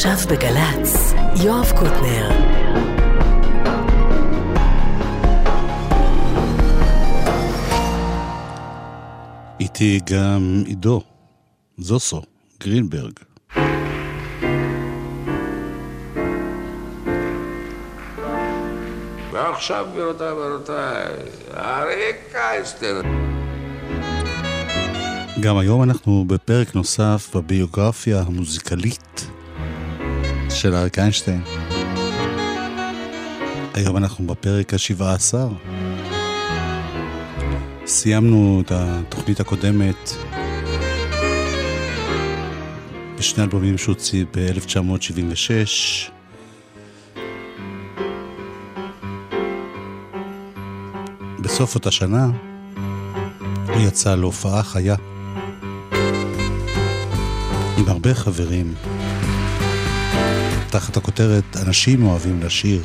עכשיו בגלץ, יואב קוטנר. איתי גם עידו, זוסו, גרינברג. ועכשיו גבירותיי ורבותיי, אריק איינשטיין. גם היום אנחנו בפרק נוסף בביוגרפיה המוזיקלית של אריק איינשטיין. היום אנחנו בפרק ה-17. סיימנו את התוכנית הקודמת בשני אלבומים שהוציא ב-1976. בסוף אותה שנה הוא יצא להופעה חיה עם הרבה חברים תחת הכותרת אנשים אוהבים לשיר.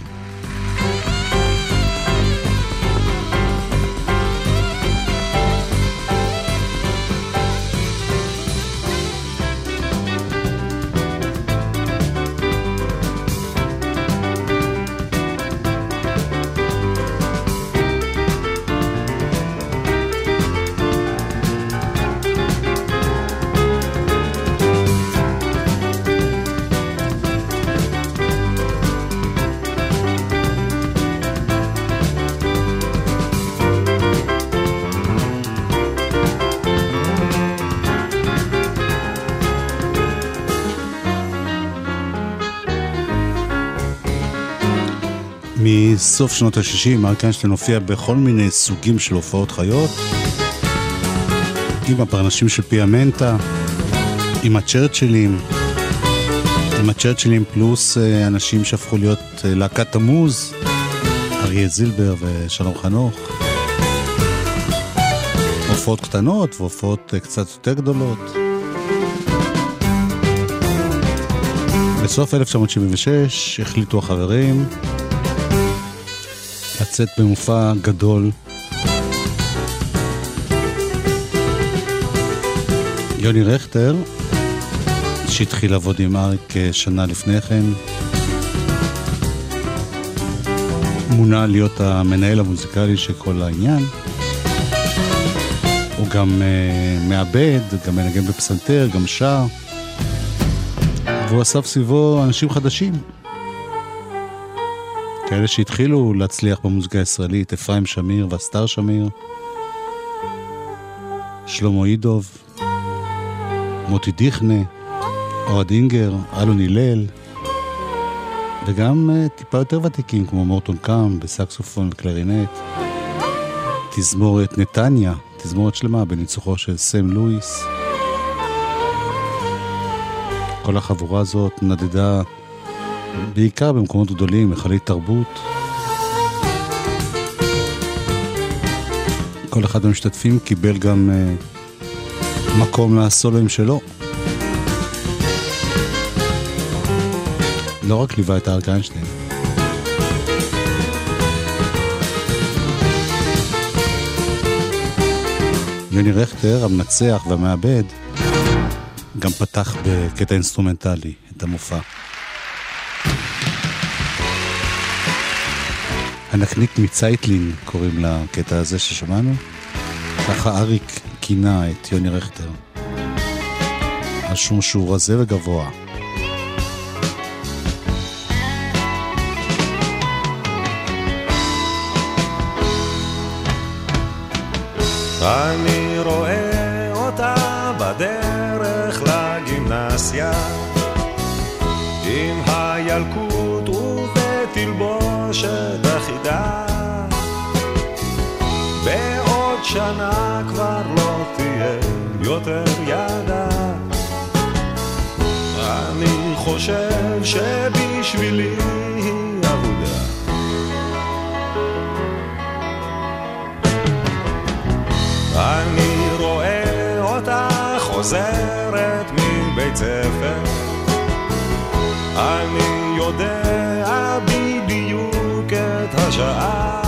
מסוף שנות ה-60 אריק איינשטיין הופיע בכל מיני סוגים של הופעות חיות, עם הפרנשים של פיאמנטה, עם הצ'רצ'ילים פלוס אנשים שהפכו להיות להקת המוז, אריה זילבר ושלום חנוך. הופעות קטנות והופעות קצת יותר גדולות. בסוף 1976 החליטו החברים לצאת במופע גדול. יוני רכטר, שהתחיל לעבוד עם אריק שנה לפני כן, מונה להיות המנהל המוזיקלי של כל העניין. הוא גם מעבד, גם מנגן בפסנתר, גם שר, והוא אסף סביבו אנשים חדשים, כאלה שהתחילו להצליח במוזיקה הישראלית, אפרים שמיר ואסתר שמיר, שלמה אידוב, מוטי דיכנה, אוהד אינגר, אלון הלל, וגם טיפה יותר ותיקים כמו מורטון קאם בסקסופון וקלרינט, תזמורת נתניה, תזמורת שלמה בניצוחו של סם לואיס. כל החבורה הזאת נדדה בעיקר במקומות גדולים, מחלי תרבות. כל אחד מהמשתתפים קיבל גם מקום לסולואים שלו. לא רק ליווה את אריק איינשטיין. יוני רכטר, המנצח והמעבד, גם פתח בקטע אינסטרומנטלי את המופע. הנקניק מצייטלין קוראים לקטע הזה ששמענו. ככה אריק כינה את יוני רכטר, על שום שהוא רזה וגבוה. אני רואה אותה בדרך לגימנסיה, עם הילקוט ובתלבושת אחידה. בעוד שנה כבר לא תהיה יותר ידה. אני חושב שבשבילי היא עבודה. אני רואה אותה חוזרת מבית ספר, אני יודע בדיוק את השעה.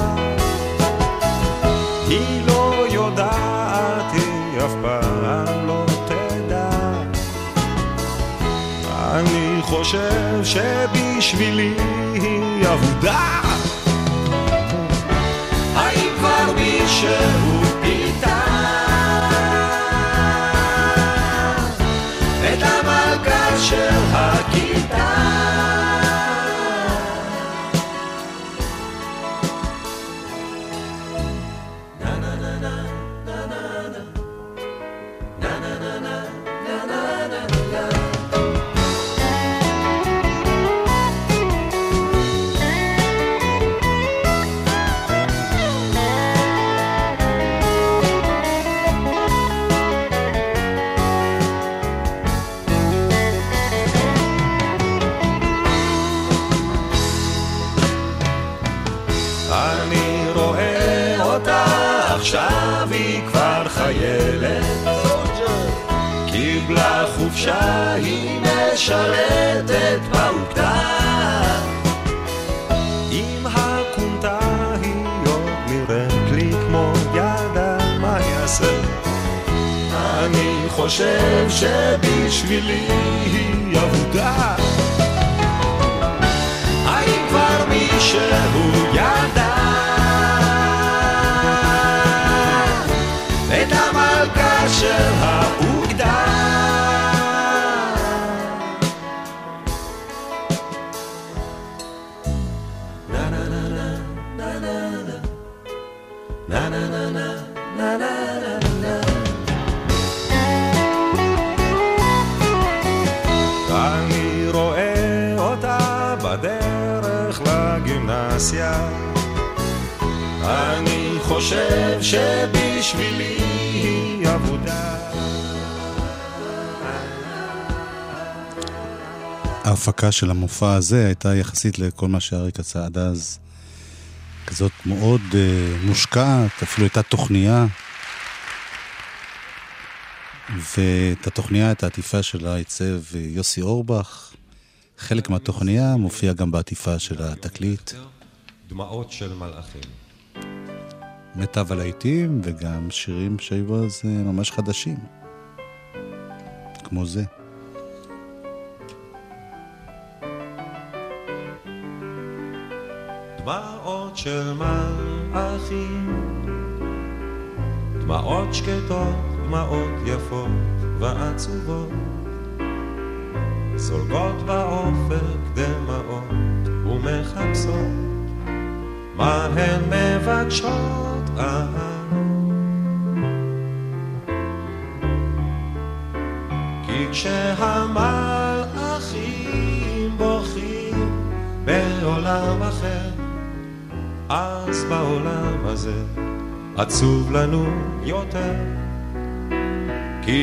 היא לא יודעת, היא אף פעם לא תדע. אני חושב שבשבילי היא עבודה. האם כבר מישהו פיתה את המלכה של הכיתה? עכשיו היא כבר חיילת, קיבלה חופשה, היא משרתת באוגדה. עם הקונטה היא עוד נראית לי כמו ילדה, מה יעשה? אני חושב שבשבילי היא עבודה. האם כבר מישהו ידע את המלכה של האוגדה? נה נה נה נה נה נה נה נה נה נה. אני רואה אותה בדרך לגימנסיה, אני חושב שבשבילי היא עבודה. ההפקה של המופע הזה הייתה יחסית לכל מה שאריק עשה עד אז כזאת מאוד מושקעת, אפילו הייתה תוכניה, ואת התוכניה, את העטיפה שלה עיצב יוסי אורבך. חלק מהתוכניה מופיע גם בעטיפה של התקליט. דמעות של מלאכים. מיטב הלהיטים וגם שירים שהיו אז ממש חדשים, כמו זה. דמעות של מלאכים, דמעות שקטות, דמעות יפות ועצובות, זולגות באופק דמעות ומחפשות מה הן מבקשות. כי כשהמלאכים בוכים בעולם אחר, אז בעולם הזה עצוב לנו יותר. כי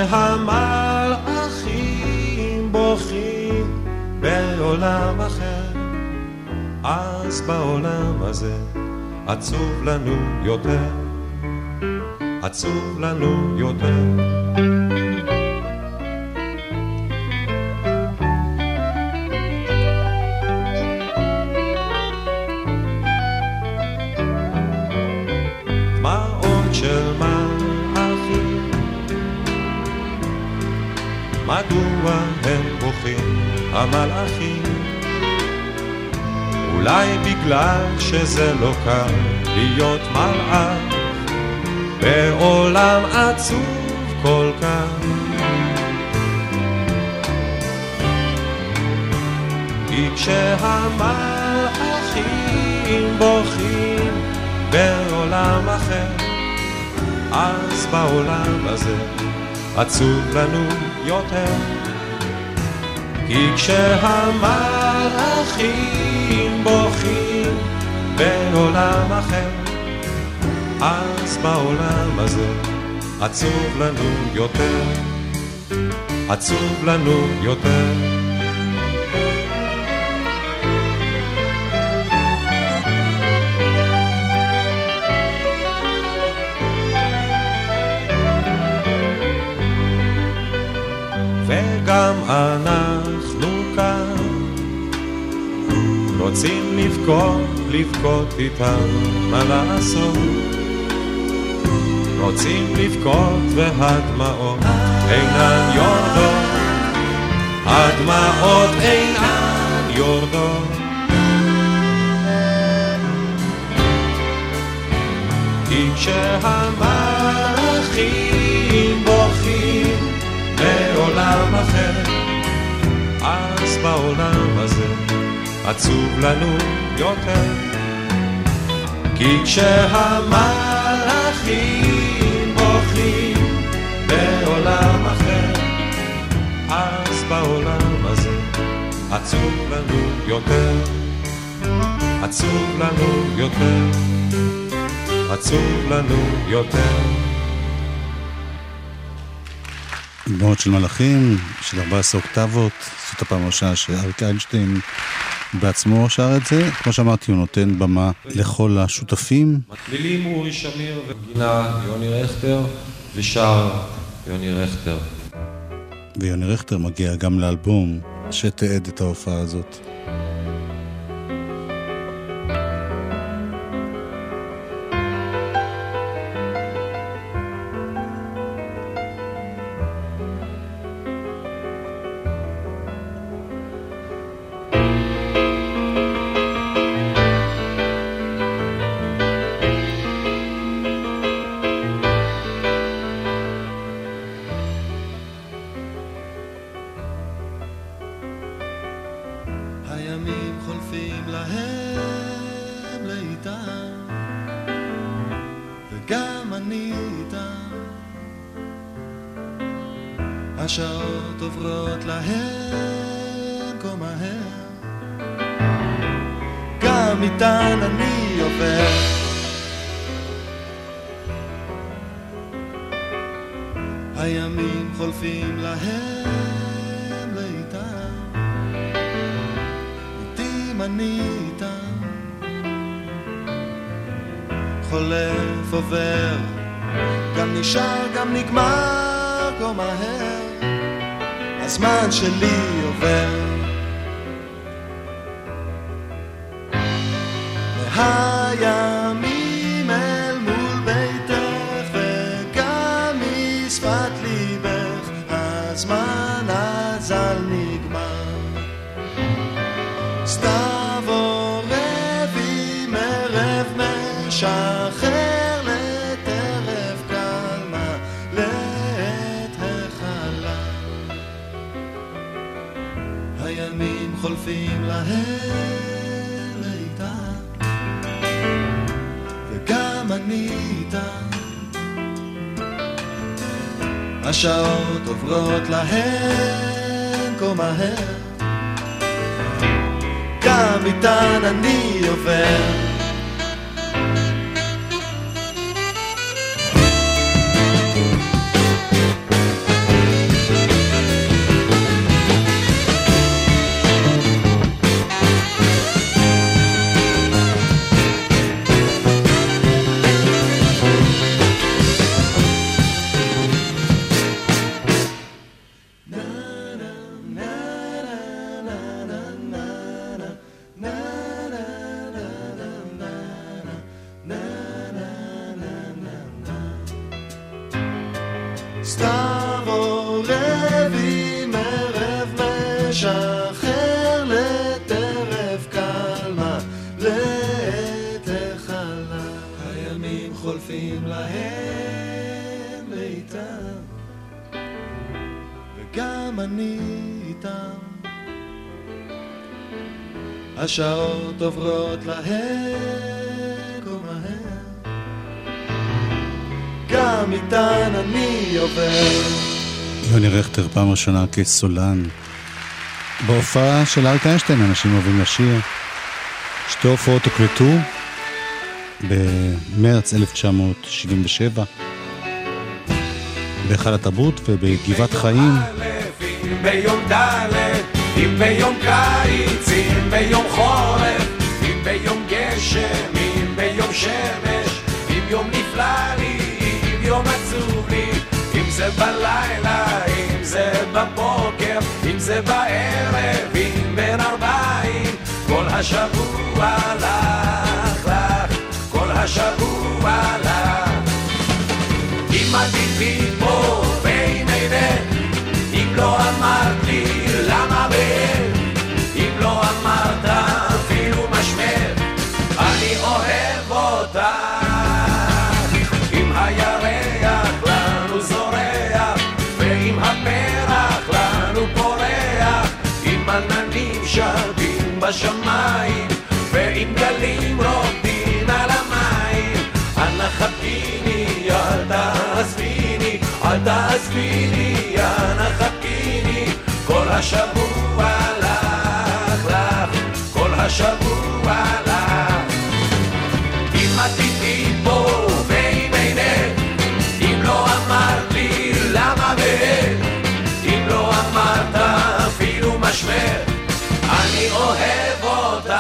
כשהמלאכים בוכים בעולם אחר, אז בעולם הזה עצוב לנו יותר, עצוב לנו יותר. דמעות של מלאכים, מדוע הם בוכים המלאכים? אולי בגלל שזה לא קל להיות מלאך בעולם עצוב כל כך. כי כשהמלאכים בוכים בעולם אחר, אז בעולם הזה עצוב לנו יותר. כי כשהמלאכים בוכים בעולם אחר, אז בעולם הזה עצוב לנו יותר, עצוב לנו יותר. וגם אנחנו כאן רוצים לבכות איתם, מה לעשות? רוצים לבכות והדמעות אינן יורדות, הדמעות הדמעות אינן יורדות. כי כשהמלאכים בוכים בעולם אחר, אז בעולם הזה עצוב לנו יותר. כי כשהמלאכים בוכים בעולם אחר, אז בעולם הזה עצוב לנו יותר. עצוב לנו יותר. עצוב לנו יותר. דמעות של מלאכים, של 14 אוקטבות, זאת הפעם הראשונה שאריק איינשטיין בעצמו שר את זה. כמו שאמרתי, הוא נותן במה לכל השותפים. מילים אורי שמיר וגינה יוני רכטר ושר יוני רכטר. ויוני רכטר מגיע גם לאלבום שתעד את ההופעה הזאת. השעות עוברות להם כה מהר, גם איתן אני עובר. הימים חולפים להם לאיתם, איתים אני איתם. חולף עובר, גם נשאר גם נגמר כה מהר, הזמן שלי עובר. מהימים אל מול ביתך וגם משפת ליבך, הזמן אזל נגמר. סתיו עורב עם ערב משחרר לטרף קלמה לעת החלה. הימים חולפים להם לאיתם, וגם אני איתם. השעות עוברות להם כה מהר, גם איתן אני עובר. סתיו עורב עם ערב משחרר לטרף קלמה לעת החלה. הימים חולפים להם לאיתם, וגם אני איתם. השעות עוברות להם כה מהר, גם איתן אני עובר. יוני רכטר פעם ראשונה כסולן בהופעה של אריק איינשטיין. אנשים אוהבים לשיר. שתי הופעות הוקלטו במרץ 1977 בהיכל התרבות ובגבעת חיים. ביום ד' אם ביום קיץ, אם ביום חורף, אם ביום גשם, אם ביום שמש, אם יום נפלא לי, אם יום עצוב לי, אם זה בלילה, אם זה בבוקר, אם זה בערב, אם בין ארבעים. כל השבוע לך לך, כל השבוע לך. אם עדיתי פה בין עיניך, אם לא אמרת לי למה שבים בשמיים, ועם גלים רוקדים על המים. אנא חבקיני, אל תעזביני, אל תעזביני, אנא חבקיני. כל השבוע לך, לך, כל השבוע לך. אם את איתי פה ואם אינך, אם לא אמרת לי למה ואיך, אם לא אמרת אפילו משמר, אני אוהב אותך.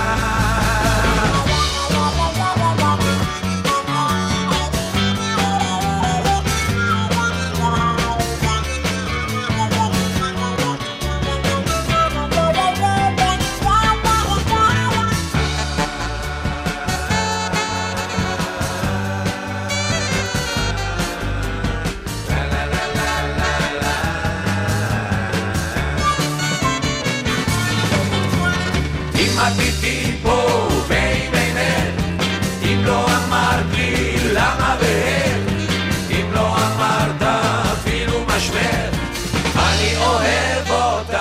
עתיתי פה בין עינך, אם לא אמרת לי למה ואיך, אם לא אמרת אפילו משמר, אני אוהב אותך.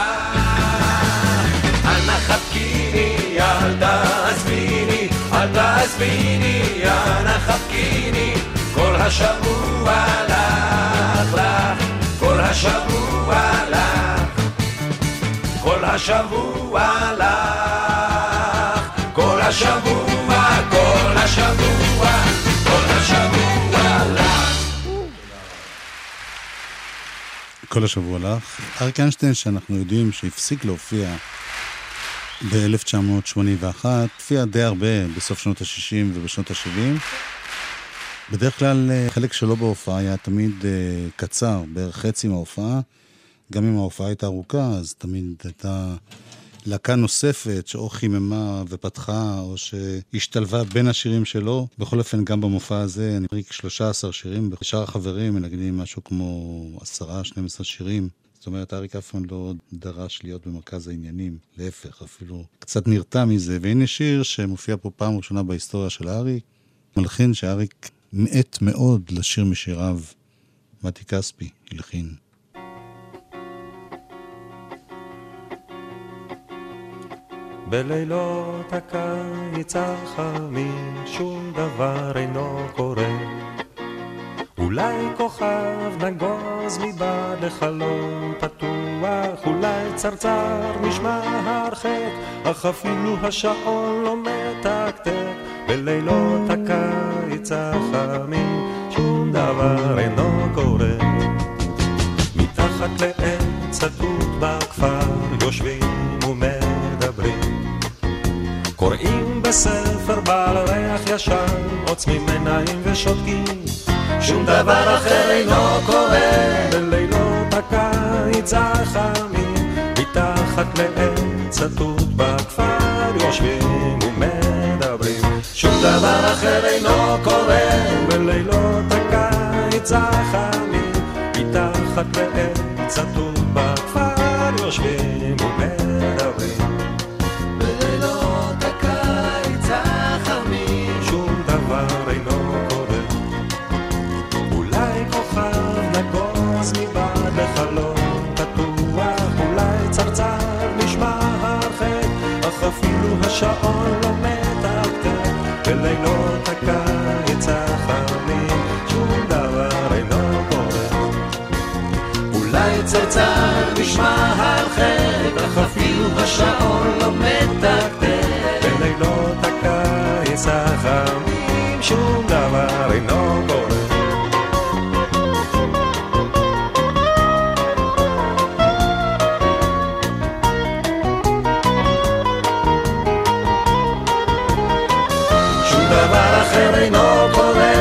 אנא חבקיני, אל תעזביני, אל תעזביני, אנא חבקיני. כל השבוע לך, לך, כל השבוע לך, כל השבוע לך. כל השבוע, כל השבוע, כל השבוע לך. כל השבוע לך. אריק איינשטיין, שאנחנו יודעים שהפסיק להופיע ב-1981, הופיע די הרבה בסוף שנות ה-60 ובשנות ה-70. בדרך כלל חלק שלו בהופעה היה תמיד קצר, בערך חצי מההופעה. גם אם ההופעה הייתה ארוכה, אז תמיד הייתה להקה נוספת שאו חיממה ופתחה, או שהשתלבה בין השירים שלו. בכל אופן, גם במופע הזה, אני מריק 13 שירים, בשאר החברים מנגנים משהו כמו 10-12 שירים. זאת אומרת, אריק אף פעם לא דרש להיות במרכז העניינים, להפך, אפילו קצת נרתע מזה. והנה שיר שמופיע פה פעם ראשונה בהיסטוריה של אריק, מלחין שאריק מעט מאוד לשיר משיריו, מתי כספי הלחין. בלילות הקיץ החמים שום דבר אינו קורה, אולי כוכב נגוז מבעד לחלום פתוח, אולי צרצר נשמע הרחק, אך אפילו השעון לא מתקתק. בלילות הקיץ החמים שום דבר אינו קורה, מתחת לעץ התות בכפר יושבים ומדברים, קוראים בספר בעל ריח ישן, עוצמים עיניים ושותקים, שום דבר אחר אינו קורה. בלילות הקיץ החמים מתחת לעץ התות בכפר יושבים ומדברים, שום דבר אחר אינו קורה. בלילות הקיץ החמים מתחת לעץ התות בכפר יושבים ומדברים, בלילות הקיץ החמים שום דבר אינו קורה, אולי כוכב נגוז מבעד לחלום פתוח, אולי צרצר נשמע הרחק, אך אפילו השעון לא מתקתק. בלילות הקיץ החמים שום דבר אינו קורה, אולי צרצר נשמע הרחק, אך אפילו השעון לא מתקתק. בלילות הקיץ החמים שום דבר אינו קורה. שום דבר אחר אינו קורה.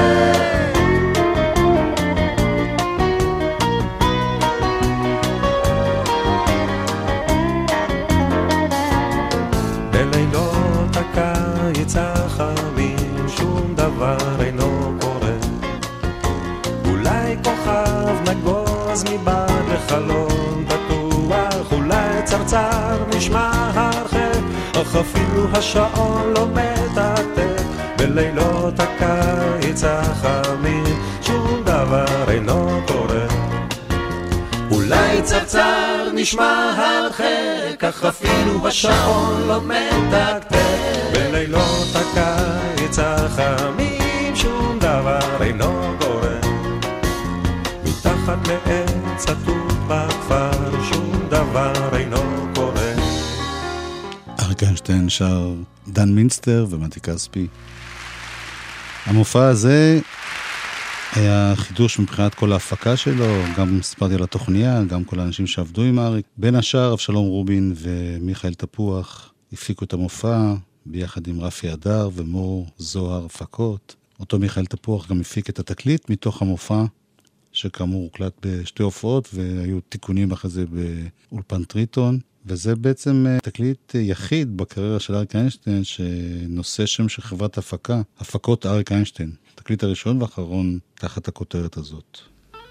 בלילות הקיץ החמים שום דבר אינו קורה, אולי כוכב נגוז מבעד לחלון פתוח, אולי צרצר נשמע הרחק, אך אפילו השעון לא מתקתק. בלילות הקיץ החמים שום דבר אינו קורה, אולי צרצר נשמע הרחק, אך אפילו השעון לא מתקתק. בלילות הקיץ החמים שום דבר אינו גורם, מתחת לעץ התות בכפר שום דבר אינו קורה. אריק איינשטיין שר דן מינסטר ומתי כספי. המופע הזה היה חידוש מבחינת כל ההפקה שלו, גם סיפרתי על התוכניה, גם כל האנשים שעבדו עם אריק. בין השאר אבשלום רובין ומיכאל תפוח הפיקו את המופע ביחד עם רפי אדר ומור זוהר הפקות. אותו מיכאל תפוח גם הפיק את התקליט מתוך המופע, שכאמור הוקלט בשתי הופעות והיו תיקונים אחרי זה באולפן טריטון. וזה בעצם תקליט יחיד בקריירה של אריק איינשטיין שנושא שם של חברת הפקה, הפקות אריק איינשטיין. תקליט הראשון והאחרון תחת הכותרת הזאת.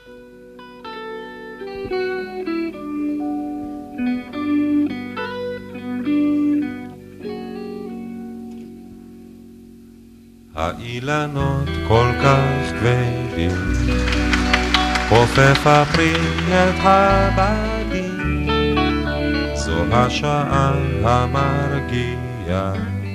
האילנות כל כך כבדים, חופף הפרי את הבדים, זו השעה המרגיעה,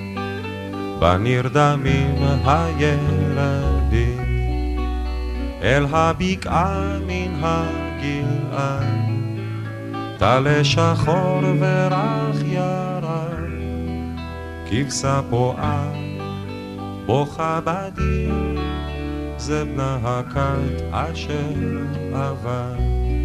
בנרדמים הילדים, אל הבקעה מן הגלעד, תלה שחור ורח ירד, כבשה פועה בוכה בדיר, זה בנה הכת אשר עבד.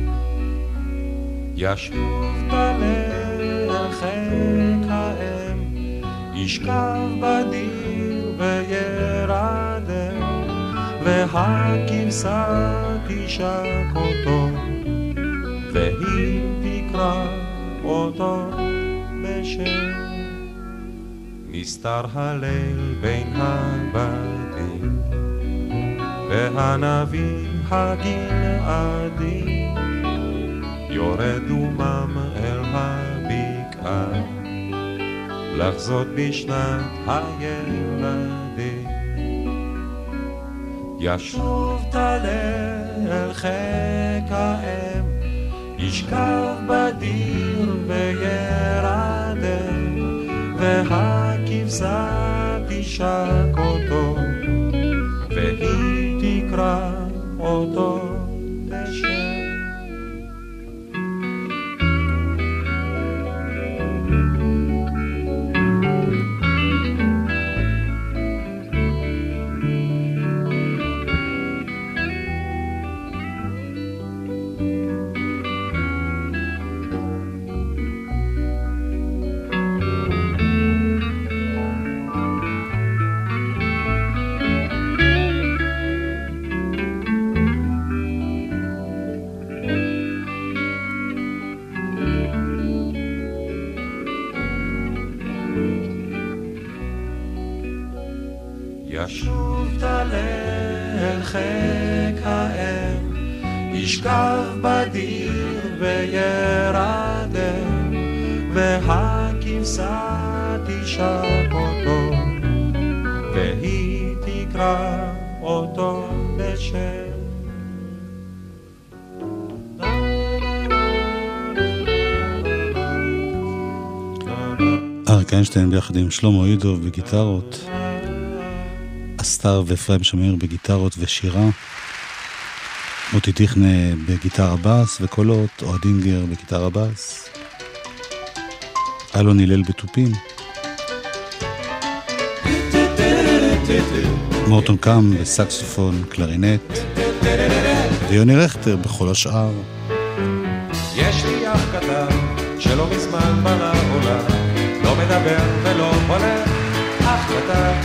ישוב תלה חק האם, ישכב בדיר וירדם, והכבשה תשק אותו, והיא תקרא אותו בשם. נסתר הליל בין הבתים, והנביא הגלעדי יורד דומם אל הבקעה, לחזות בשנת הילדים. ישוב תלה אל חק האם, ישכב בדיר וירדם, והכבשה תשק אותו, והיא תקרא אותו בשם. ישוב תלה אל חק האם, ישכב בדיר וירדם, והכבשה תשק אותו, והיא תקרא אותו בשם. אריק איינשטיין ביחד עם שלמה ידוב בגיטרות, אסתר ואפרים שמיר בגיטרות ושירה, מוטי תכנה בגיטרה בס וקולות, אוהד אינגר בגיטרה בס, אלון הלל בתופים, מורטון קאם בסקסופון, קלרינט, ויוני רכטר בכל השאר. יש לי אח קטן שלא מזמן בנה עולם, לא מדבר ולא הולך, אח קטן,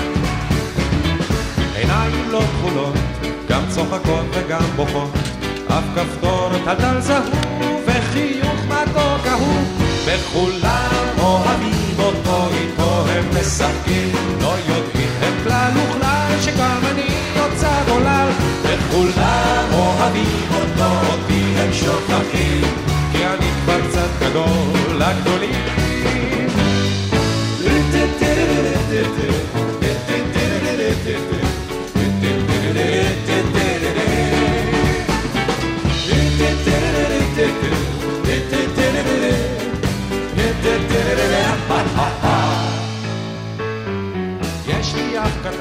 עיניים לא כחולות, גם צוחקות וגם בוכות, אף כפתור טלטל זהוב וחיוך מתוק אהוב, וכולם אוהבים אותו, איתו הם משחקים, לא יודעים הם כלל וכלל שגם אני יוצא גולל, וכולם אוהבים אותו, אותי הם שוכחים, כי אני כבר קצת גדול לגדולים. Take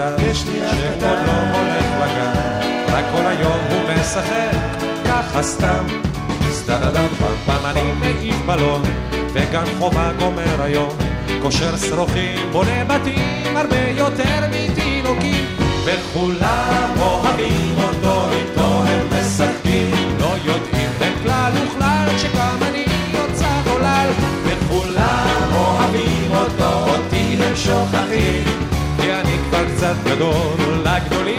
קטן שעוד לא הולך לגן, רק כל היום הוא משחק ככה סתם. סטרדם פעם אני מעיף בלון וגם חובה גומר היום, כושר שרוכים בונה בתים הרבה יותר מתינוקים, וכולם אוהבים אותו, איתו הם משחקים, לא יודעים בכלל וכלל שגם אני יוצא גולל, וכולם אוהבים אותו, אותי הם שוכחים, כי אני כבר קצת גדול לגדולים.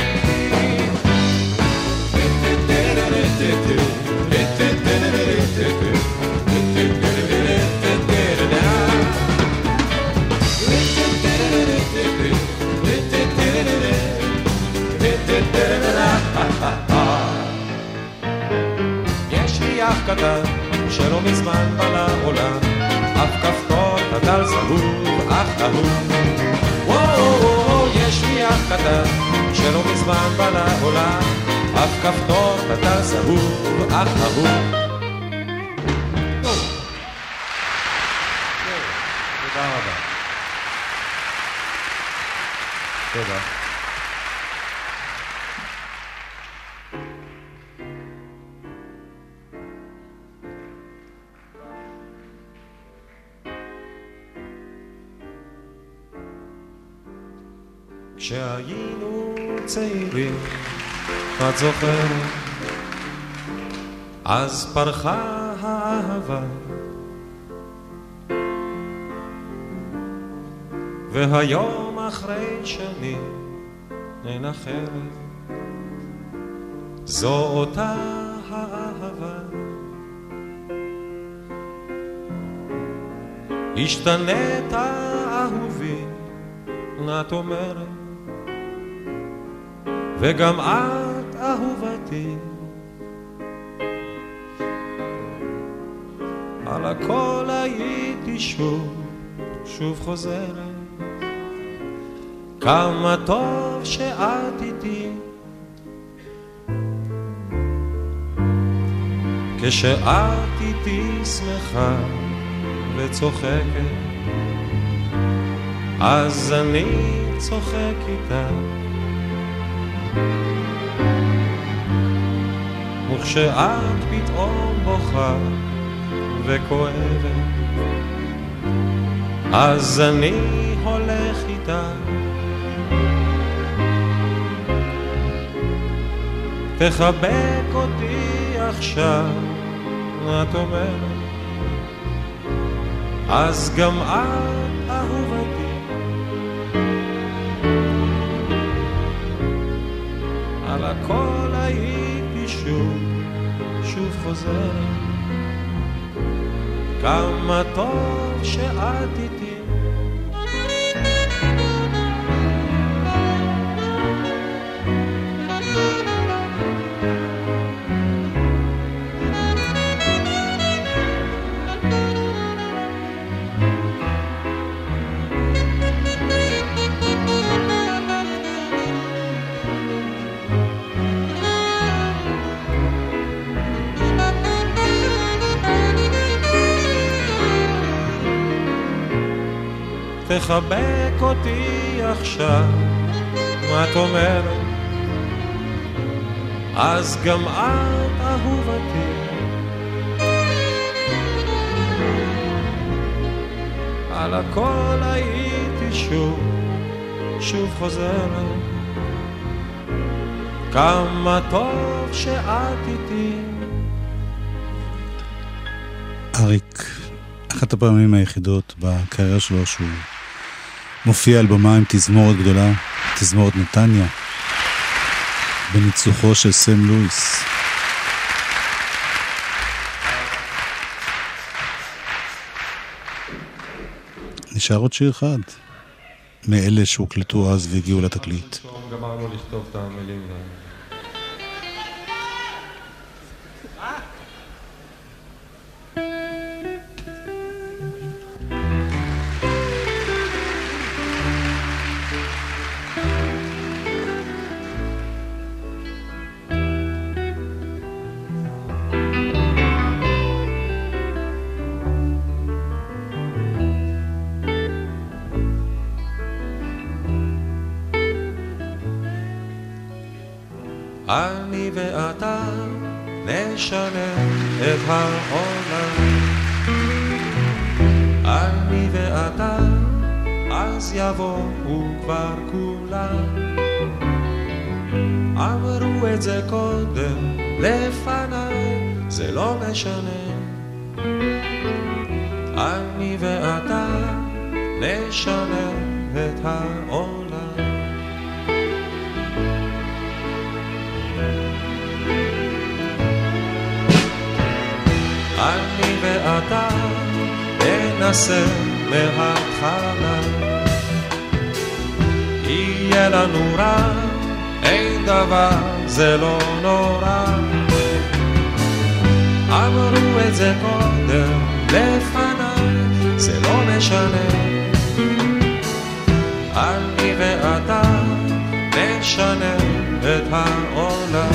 יש לי אח קטן שלא מזמן בא לעולם, אף כפתור תדל זהוב אך אהוב. וואו, יש לי אח קטן שלא מזמן בא לעולם, אף כפתור תדל זהוב אך אהוב. תודה רבה. תודה. כשהיינו צעירים, את זוכרת, אז פרחה האהבה, והיום אחרי שנים אין אחרת, זו אותה האהבה. השתנית אהובי, את אומרת, וגם את אהובתי, על הכל הייתי שוב חוזרת, כמה טוב שאת איתי, כשאת איתי שמחה וצוחקת, אז אני צוחק איתה, וכשאת פתאום בוכה וכואבת, אז אני הולך איתה, תחבק אותי עכשיו, את אומרת, אז גם את אהובתי, על הכל הייתי שוב חוזרת, כמה טוב שאת איתי. תחבק אותי עכשיו, מה את אומרת? אז גם את אהובתי, על הכל הייתי שוב חוזרת, כמה טוב שאת איתי. אריק, אחת הפעמים היחידות בקריירה שלו שהוא מופיע על במה עם תזמורת גדולה, תזמורת נתניה, בניצוחו של סם לואיס. נשאר עוד שיר אחד מאלה שהוקלטו אז והגיעו לתקליט. גמרנו לכתוב את המילים. נשנה את העולם. אני ואתה, אז יבואו כבר כולם. אמרו את זה קודם לפניי, זה לא משנה. אני ואתה נשנה את העולם. אני ואתה ננסה מההתחלה. יהיה לנו רע, אין דבר, זה לא נורא. אמרו את זה קודם לפניי, זה לא משנה. אני ואתה נשנה את העולם.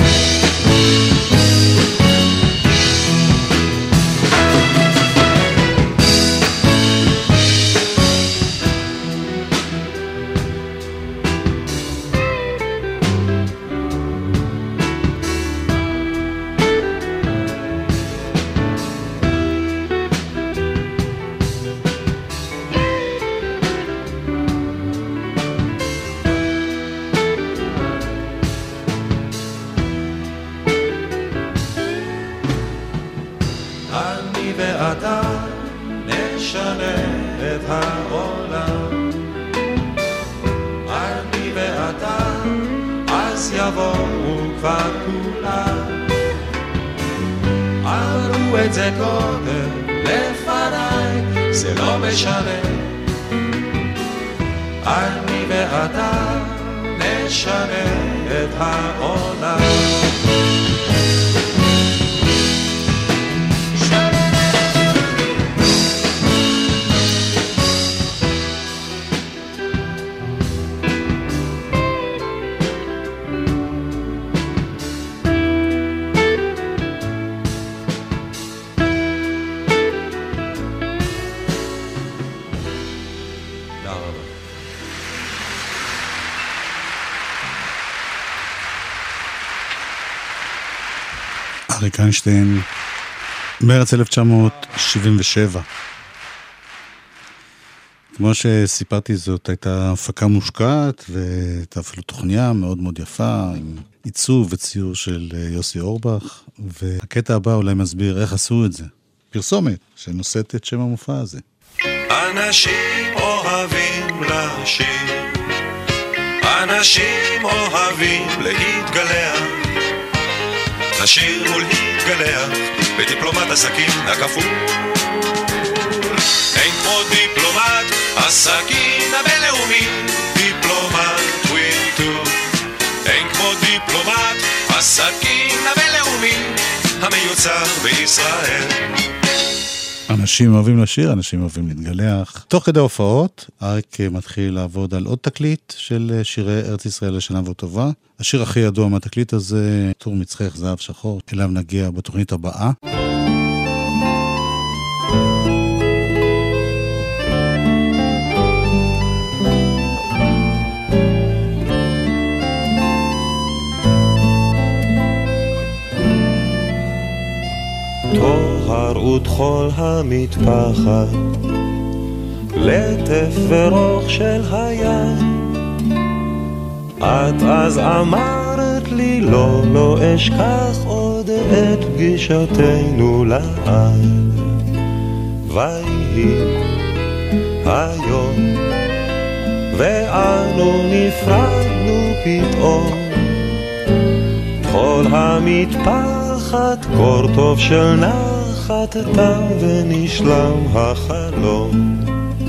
אריק איינשטיין, מרץ 1977. כמו שסיפרתי, זאת הייתה הפקה מושקעת, והייתה אפילו תוכניה מאוד מאוד יפה, עם עיצוב וציור של יוסי אורבך, והקטע הבא אולי מסביר איך עשו את זה. פרסומת שנושאת את שם המופע הזה. אנשים אוהבים לשיר, אנשים אוהבים להתגלח, לשיר ולהתגלח בדיפלומט הסכין הכפול. אין כמו דיפלומט הסכין הבינלאומי, דיפלומט טווינטו. אין כמו דיפלומט הסכין הבינלאומי המיוצר בישראל. אנשים אוהבים לשיר, אנשים אוהבים להתגלח. תוך כדי ההופעות, אריק מתחיל לעבוד על עוד תקליט של שירי ארץ ישראל לשנה וטובה. השיר הכי ידוע מהתקליט הזה, טור מצחך זהב שחור, אליו נגיע בתוכנית הבאה. טוהר ודחול המטפחת, לטף ורוח של הים. את אז אמרת לי לא, לא אשכח עוד את פגישתנו לעד. ויהי היום ואנו נפרדנו פתאום, כל המטפחת קור טוב של נחת תם ונשלם החלום.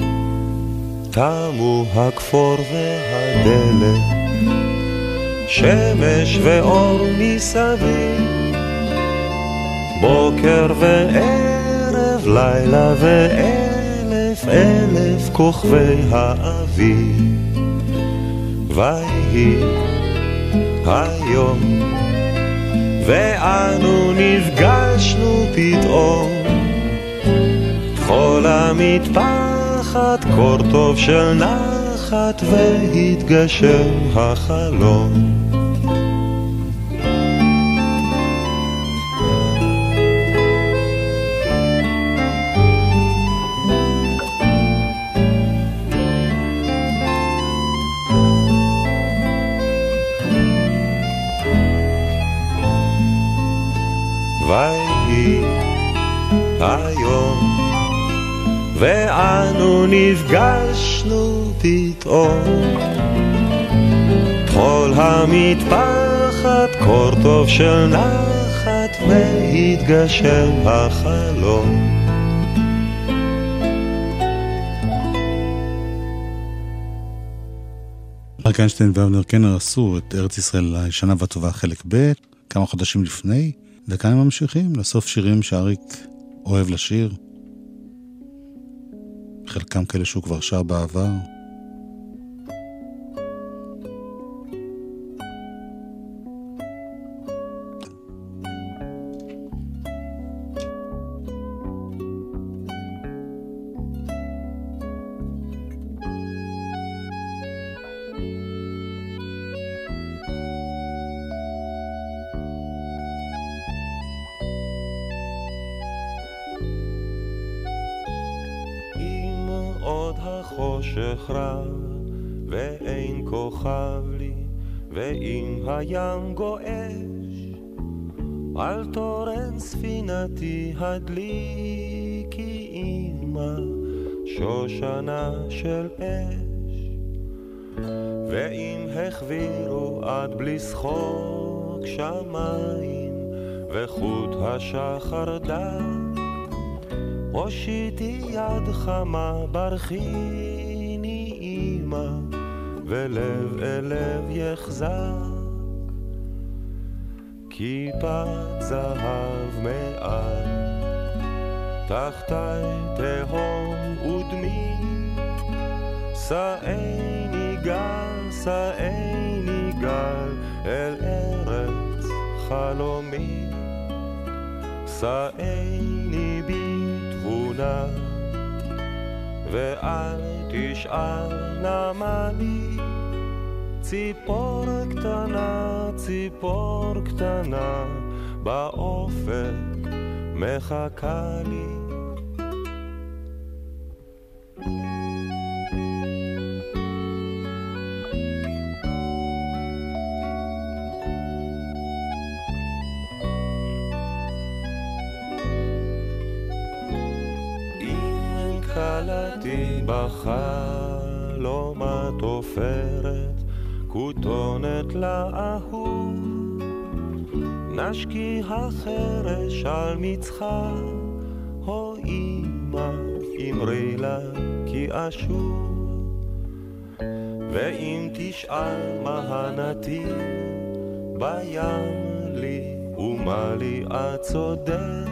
תמו הכפור והדלת, שמש ואור מסביב, בוקר וערב, לילה ואלף אלף כוכבי האביב. ויהי היום ואנו נפגשנו פתאום, כל המטפחת קור טוב של נחת והתגשם החלום. ואנו נפגשנו פתאום. תחול המטפחת, קור טוב של נחת, והתגשם החלום. אריק איינשטיין ואבנר קנר עשו את ארץ ישראל הישנה והטובה חלק ב' כמה חודשים לפני, וכאן הם ממשיכים לסוף שירים שאריק אוהב לשיר. חלקם כאלה שהוא כבר שר בעבר. חושך רע ואין כוכב לי, ואם הים גועש על תורן ספינתי הדליקי אמא שושנה של אש, ואם החבירו עד בלי שחוק שמיים וחוט השחר דק, הושיטי יד חמה ברכיני אמא, ולב אל לב יחזק, כיפת זהב מעל, תחתי תהום ודמי, שאיני גל אל ארץ חלומי, שאיני בתבונה, ואל תשאל נמה לי, ציפור קטנה באופק מחכה לי. קלעתי בחלום התופרת, כותונת לאהוב, נשקי החרש על מצחה, הו אמא אמרי לה כי אשוב, ואם תשאל מה הנתיב בים לי ומה לי את צודק,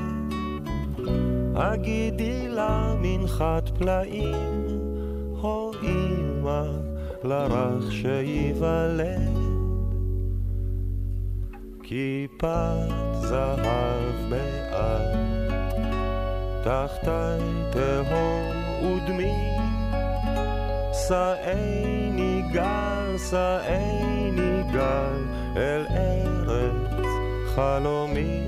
הגידי לה מנחת פלאים, הו אמא לרך שיוולד, כיפת זהב מעל, תחתי תהום ודמי, שאיני גל אל ארץ חלומי,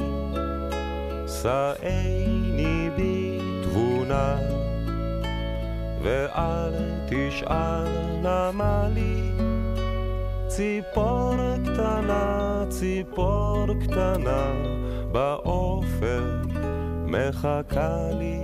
שאיני בתבונה, ואל תשאל נמה לי, ציפור קטנה באופק מחכה לי.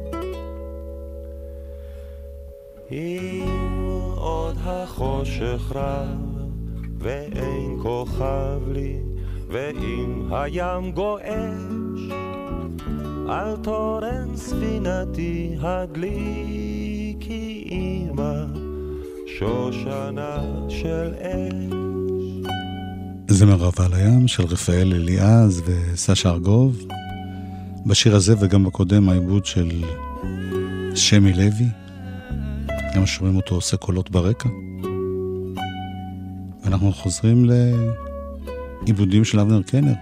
אם עוד החושך רב ואין כוכב לי, ואם הים גועש על תורן ספינתי הדליקי אמא שושנה של אש. זמר אהבה על הים של רפאל אליעז וסשה ארגוב. בשיר הזה וגם בקודם העיבוד של שמי לוי, גם שומעים אותו עושה קולות ברקע. אנחנו חוזרים לעיבודים של אבנר קנר,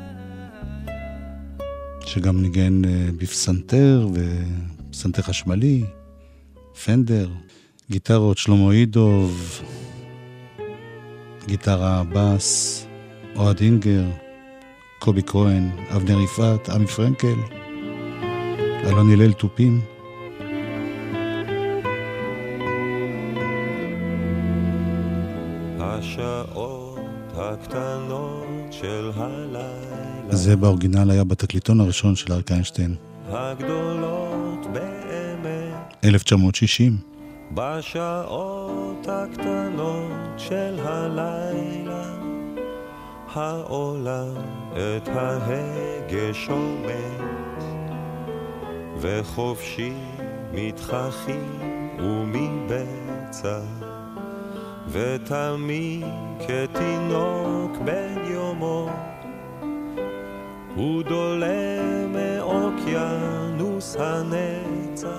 שגם ניגן בפסנתר ופסנתר חשמלי, פנדר, גיטרות שלמה אידוב, גיטרה בס, אוהד אינגר, קובי כהן, אבנר יפעת, עמי פרנקל, אלון הלל טופים. השעות הקטנות של הלילה, זה באורגינל היה בתקליטון הראשון של אריק איינשטיין. הגדולות באמת 1960. בשעות הקטנות של הלילה העולם את ההגה שומט וחופשי מתחכים ומבצע ותמיד כתינוק בן יומו הוא דולה מאוקיינוס הנצח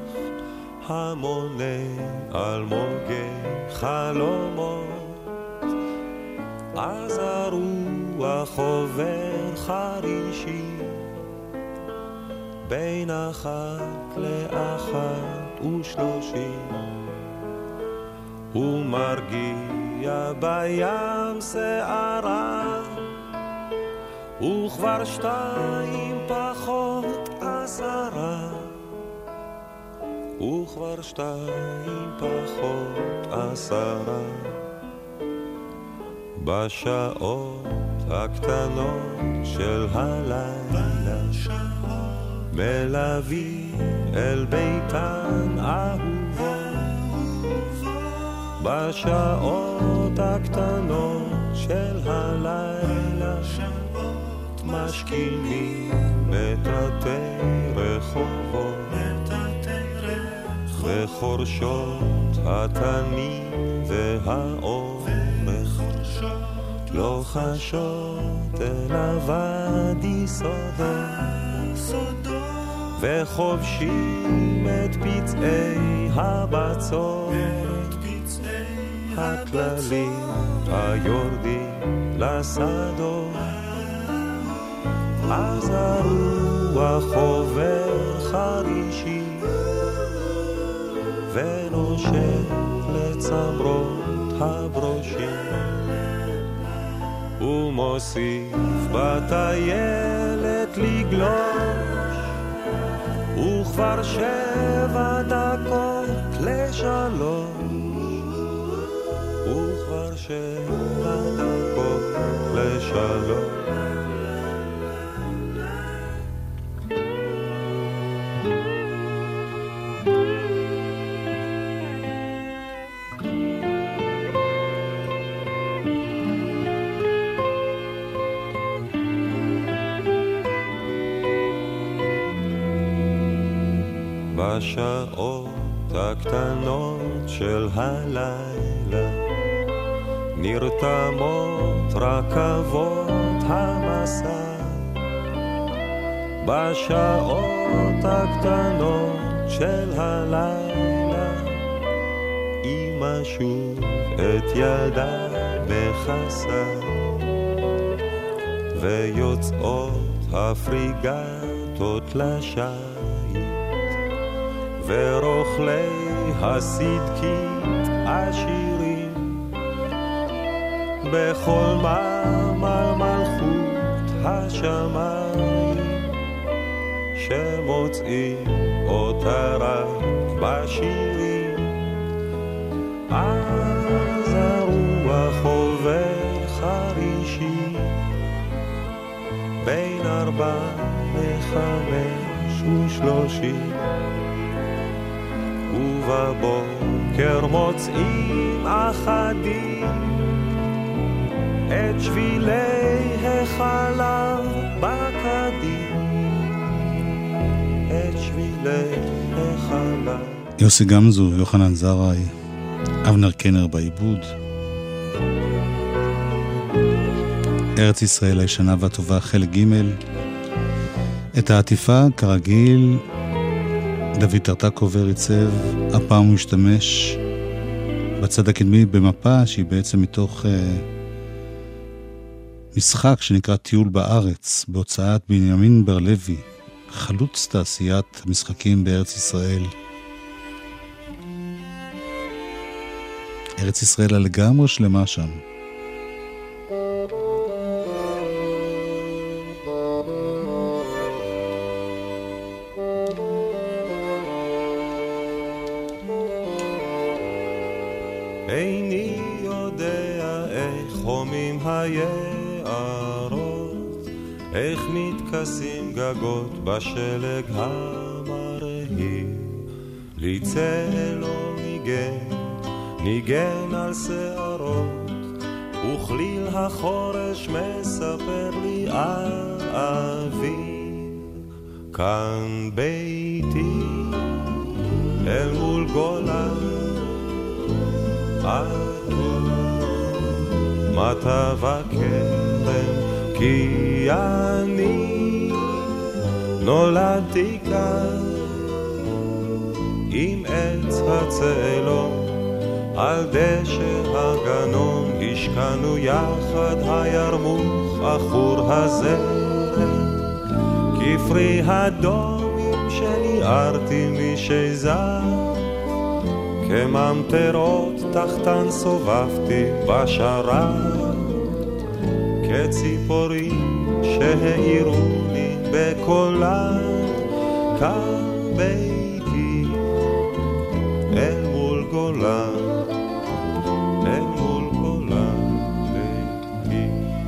המונה על מוגי חלומות אז הרוח עובר חרישי בין 1:30 הוא מרגיע בים שערה וכבר 2 פחות 10 וכבר 2 פחות 10 בשעות הקטנות של הלילה מלווים אל ביתן אהובו בשעות הקטנות של הלילה משכימים מטאטי רחובות וחורשות התנים והאורך לא חשות אל הוואדי סודות וחובשים את פצעי הבצורת הכללים היורדים לשדות אז הרוח עובר חרישי ונושק לצמרות הברושים ומוסיף בטיילת לגלוש וכבר 7 דקות ל3 וכבר 7 דקות ל3 בשעות הקטנות של הלילה נרתמות רכבות המסע בשעות הקטנות של הלילה אמא שוב את ילדה מכסה ויוצאות הפריגטות לשיט ורוכלי הסדקית עשירים בכל מעמל מלכות השמיים שמוצאים אותה רק בשירים אז הרוח עובר חרישי בין 4 ל5 ו30 ובבוקר מוצאים אחדים את שבילי החלב בקדים את שבילי החלב יוסי גמזו, יוחנן זרעי, אבנר קנר בעיבוד ארץ ישראל הישנה והטובה חלק ג' את העטיפה כרגיל דוד טרטקובר עיצב, הפעם הוא השתמש בצד הקדמי במפה שהיא בעצם מתוך משחק שנקרא טיול בארץ בהוצאת בנימין בר-לוי, חלוץ תעשיית המשחקים בארץ ישראל. ארץ ישראל לגמרי שלמה שם. איני יודע איך חומים היערות, איך מתכסים גגות בשלג המרהיב. לי צלו ניגן על שערות, וכליל החורש מספר לי על אביב. כאן ביתי אל מול גולן, עטור מטה וקרן, כי אני נולדתי כאן עם עץ הצאלון, על דשא הגנון השקענו יחד, הירמוך אחור הזרת, כפרי הדומים שניערתי משזר, כממטרות תחתן סובבתי בשרת, כציפורים שהעירוני בקולן, כאן ביתי אל מול גולן, אל מול גולן ביתי.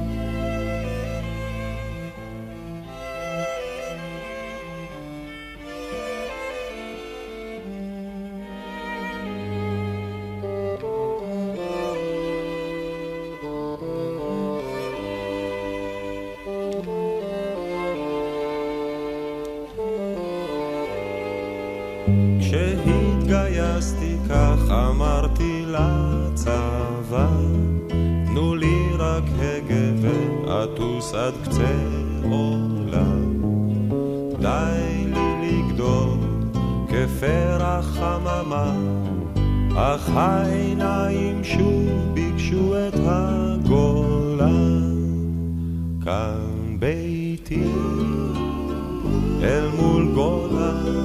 כשהתגייסתי כך אמרתי לצבא, תנו לי רק הגה ואטוס עד קצה עולם, די לי לגדול כפרח חממה, אך העיניים שוב ביקשו את הגולן. כאן ביתי אל מול גולן,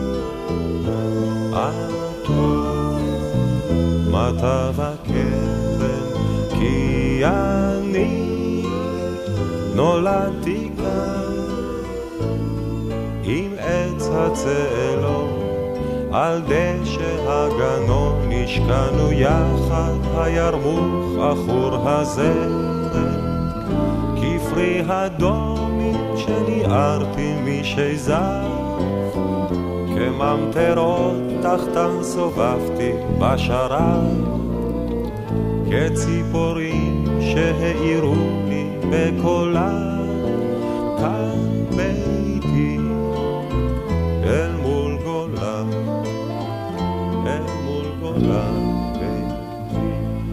עטור מטה וקרן, כי אני נולדתי כאן עם עץ הצאלון, על דשא הגנון השקענו יחד, הירמוך אחור הזרת, כפרי הדומים שניערתי משזר, כממטרות תחתן סובבתי בשרת, כציפורים שהעירוני בקולן, כאן ביתי אל מול גולן, אל מול גולן ביתי.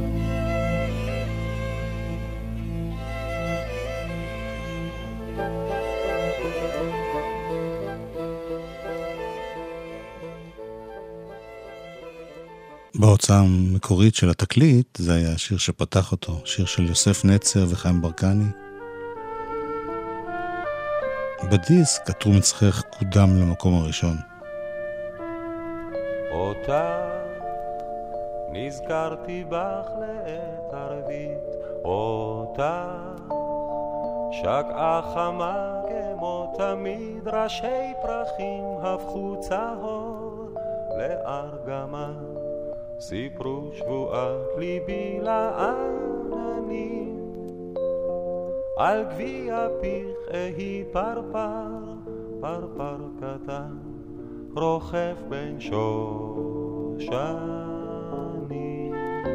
בהוצאה המקורית של התקליט, זה היה השיר שפתח אותו, שיר של יוסף נצר וחיים ברקני. בדיסק עטור מצחך קודם למקום הראשון. אותה נזכרתי בך לעת ערבית, אותה שקעה חמה כמו תמיד, ראשי פרחים הפכו צהור לארגמן, סיפרו שבועת ליבי לעננים, על גביע פיך אהי פרפר, פרפר קטן רוכב בין שושנים.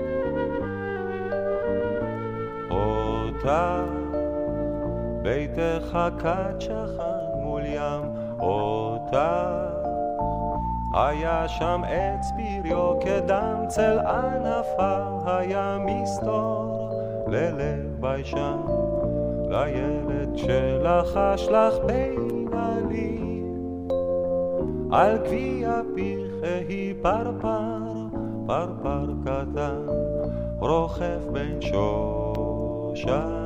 אותה ביתך הקט שכן מול ים, אותה היה שם עץ פריו כדם צל ענפה, היה מסתור ללב ביישן, לילד שלחש לך בין עלים, על גביע פיך אהי פרפר, פרפר קטן רוכב בין שושנים.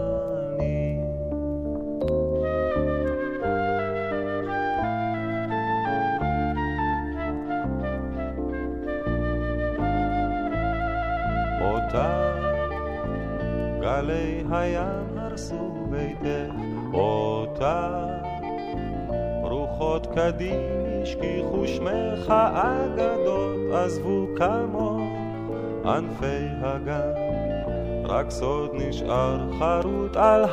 גלי הים הרסו ביתך, אותה רוחות קדים השכיחו שמך, אגדות עזבו כמוך ענפי הגן, רק סוד נשאר חרוט על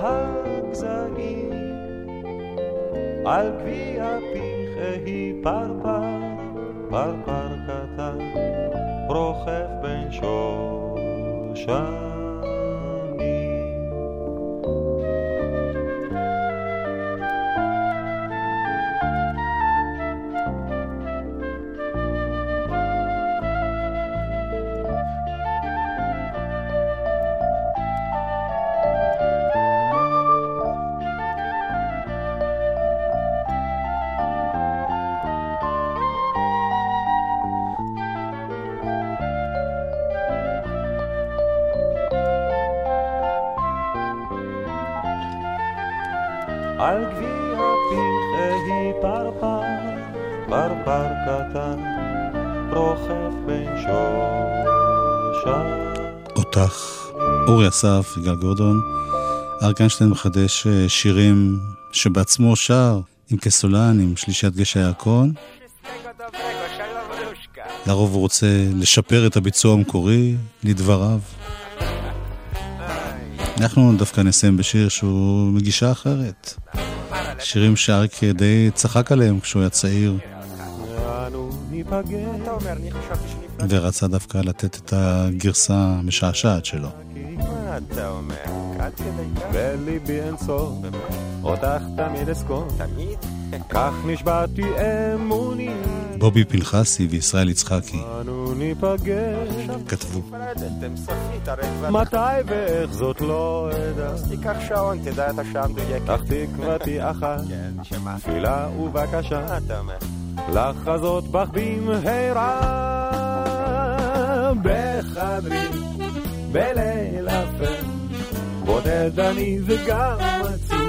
הגזעים, על גביע פיך אהי פרפר, פרפר קטן רוכב בין שושנים. על גביע פרחי פרפר, פרפר קטן, רוכב בין שושן. אותך, אורי אסף, יגאל גורדון, אריק איינשטיין מחדש שירים שבעצמו שר עם כסולן, עם שלישיית גשע ירקון. לרוב הוא רוצה לשפר את הביצוע המקורי, לדבריו. אנחנו דווקא נסיים בשיר שהוא מגישה אחרת. שירים שאריק די צחק עליהם כשהוא היה צעיר. ורצה דווקא לתת את הגרסה המשעשעת שלו. אתה אומר, עד כדי כך? בליבי אין סוף, אותך תמיד אזכור, תמיד? כך נשבעתי אמוני. בובי פנחסי וישראל יצחקי אנו ניפגש, כתבו. מתי ואיך זאת לא אדע, תיקח שעון, תדע את השעה מדויקת. אך תקוותי אחת, תפילה ובקשה, לחזות בך במהרה, בחדרי בליל אפל, בודד אני וגם עצוב,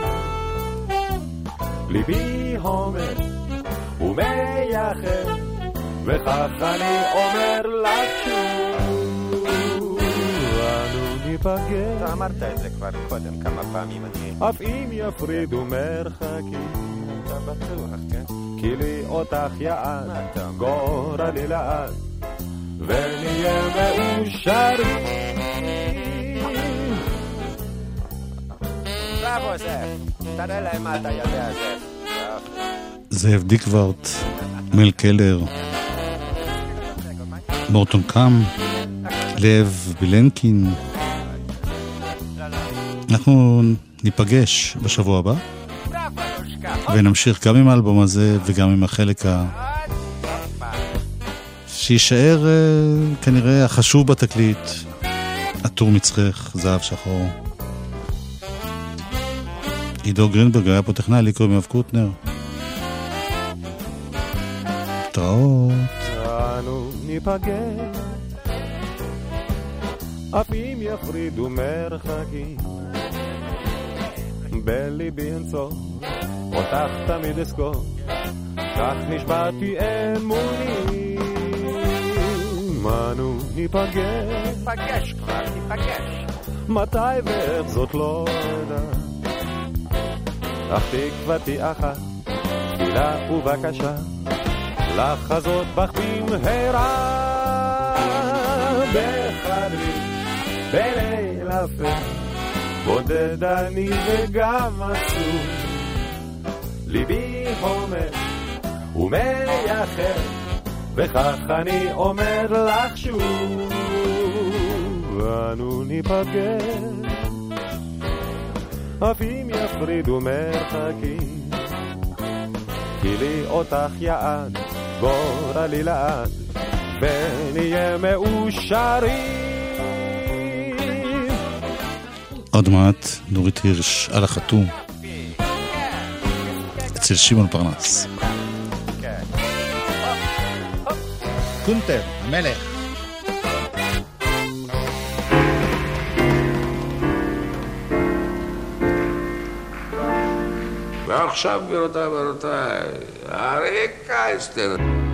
ליבי הומר ומייחד, וכך אני אומר לך שוב, אנו ניפגש. אתה אמרת את זה כבר קודם כמה פעמים, אני... אף אם יפרידו מרחקים, אתה בטוח, כן? כי לי אותך יעד, גורלי לעד, ונהיה מאושרים. בראבו זאב, תראה להם מה אתה יודע זאב. זאב דיקוורט, מל קלר, מורטון קאם, לב בילנקין. אנחנו ניפגש בשבוע הבא ונמשיך גם עם האלבום הזה וגם עם החלק שישאר כנראה החשוב בתקליט, הטור מצחך, זהב שחור. עידו גרינברג היה פה טכנאי, לי קוראים יואב קוטנר. תראות. אנו ניפגש, אף אם יפרידו מרחקים, בליבי אין סוף, אותך תמיד אזכור, כך נשבעתי אמוני. אנו ניפגש, ניפגש כבר, ניפגש. מתי ואיך זאת לא אדע, אך תקוותי אחת, תפילה ובקשה, לחזות בך במהרה, בחדרי בליל אפל, בודד אני וגם עצוב, ליבי הומר ומייחד, וכך אני אומר לך שוב, אנו ניפגש, אף אם יפרידו מרחקים, כי לי אותך יעד, גורלי לעד, ונהיה מאושרים. עוד מעט נורית הירש על החתום אצל שמעון פרנס. קונטר, המלך. ועכשיו גבירותיי ורבותיי, אריק איינשטיין.